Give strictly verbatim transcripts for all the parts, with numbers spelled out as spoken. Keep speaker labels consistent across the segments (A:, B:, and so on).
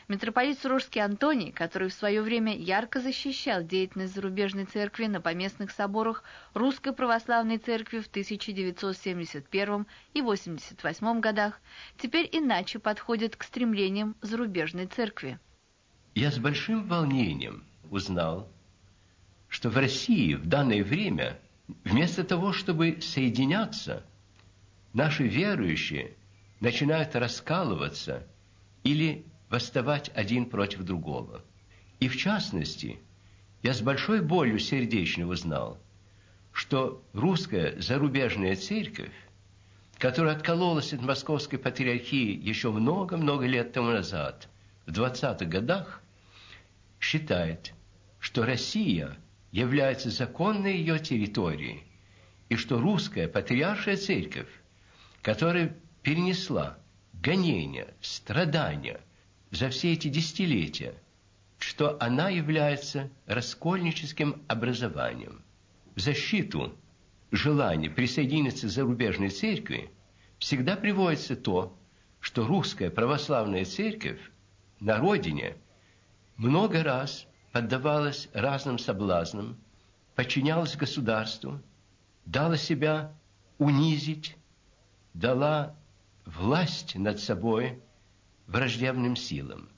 A: Митрополит Сурожский Антоний, который в свое время ярко защищал деятельность зарубежной церкви на поместных соборах Русской Православной Церкви в тысяча девятьсот семьдесят первом и восемьдесят восьмом годах, теперь иначе подходит к стремлениям зарубежной церкви.
B: Я с большим волнением узнал, что в России в данное время, вместо того, чтобы соединяться, наши верующие начинают раскалываться или восставать один против другого. И в частности, я с большой болью сердечно узнал, что русская зарубежная церковь, которая откололась от Московской Патриархии еще много-много лет тому назад, в двадцатых годах, считает, что Россия является законной ее территорией, и что русская Патриаршая Церковь, которая перенесла гонения, страдания за все эти десятилетия, что она является раскольническим образованием. В защиту желания присоединиться к зарубежной церкви всегда приводится то, что русская православная церковь на родине много раз поддавалась разным соблазнам, подчинялась государству, дала себя унизить, дала власть над собой враждебным силам.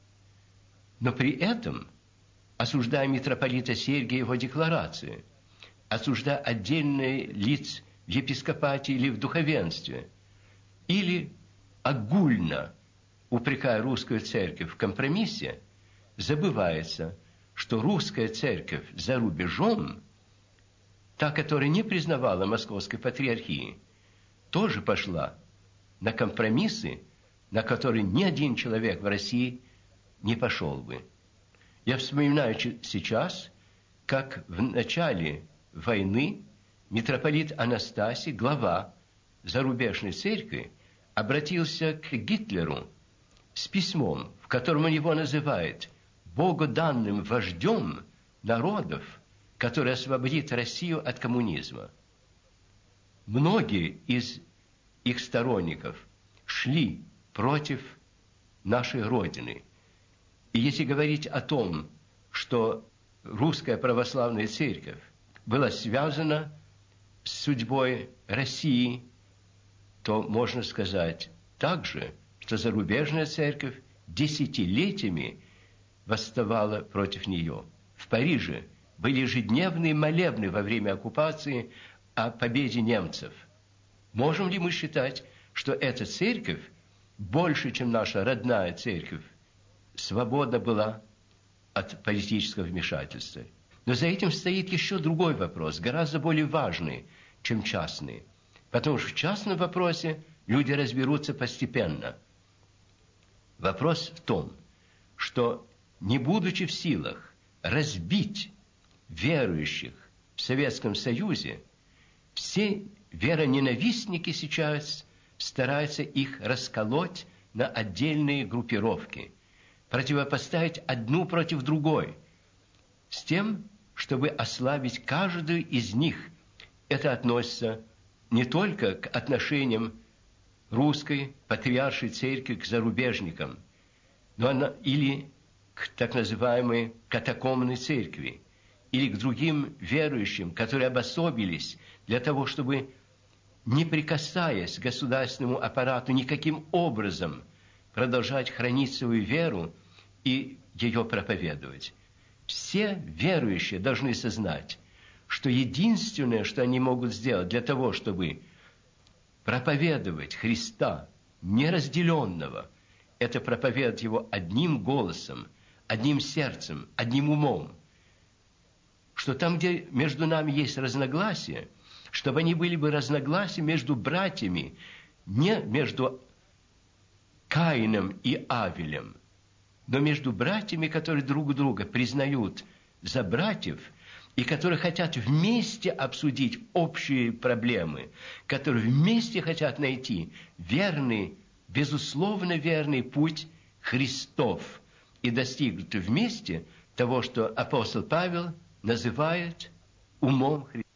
B: Но при этом, осуждая митрополита Сергия его декларации, осуждая отдельные лиц в епископате или в духовенстве, или огульно упрекая русскую церковь в компромиссе, забывается, что русская церковь за рубежом, та, которая не признавала Московской Патриархии, тоже пошла на компромиссы, на которые ни один человек в России не пошел бы. Я вспоминаю сейчас, как в начале войны митрополит Анастасий, глава зарубежной церкви, обратился к Гитлеру с письмом, в котором он его называет богоданным вождем народов, который освободит Россию от коммунизма. Многие из их сторонников шли против нашей Родины. И если говорить о том, что русская православная церковь была связана с судьбой России, то можно сказать также, что зарубежная церковь десятилетиями восставала против нее. В Париже были ежедневные молебны во время оккупации о победе немцев. Можем ли мы считать, что эта церковь, больше, чем наша родная церковь, свободна была от политического вмешательства? Но за этим стоит еще другой вопрос, гораздо более важный, чем частный. Потому что в частном вопросе люди разберутся постепенно. Вопрос в том, что не будучи в силах разбить верующих в Советском Союзе, все вероненавистники сейчас стараются их расколоть на отдельные группировки, противопоставить одну против другой, с тем, чтобы ослабить каждую из них. Это относится не только к отношениям русской патриаршей церкви к зарубежникам, но она или к так называемой катакомбной церкви, или к другим верующим, которые обособились для того, чтобы, не прикасаясь к государственному аппарату никаким образом, продолжать хранить свою веру и ее проповедовать. Все верующие должны сознать, что единственное, что они могут сделать для того, чтобы проповедовать Христа неразделенного, это проповедовать Его одним голосом, одним сердцем, одним умом. Что там, где между нами есть разногласия, чтобы они были бы разногласия между братьями, не между Каином и Авелем, но между братьями, которые друг друга признают за братьев, и которые хотят вместе обсудить общие проблемы, которые вместе хотят найти верный, безусловно верный путь Христов и достигнуть вместе того, что апостол Павел называет умом Христа.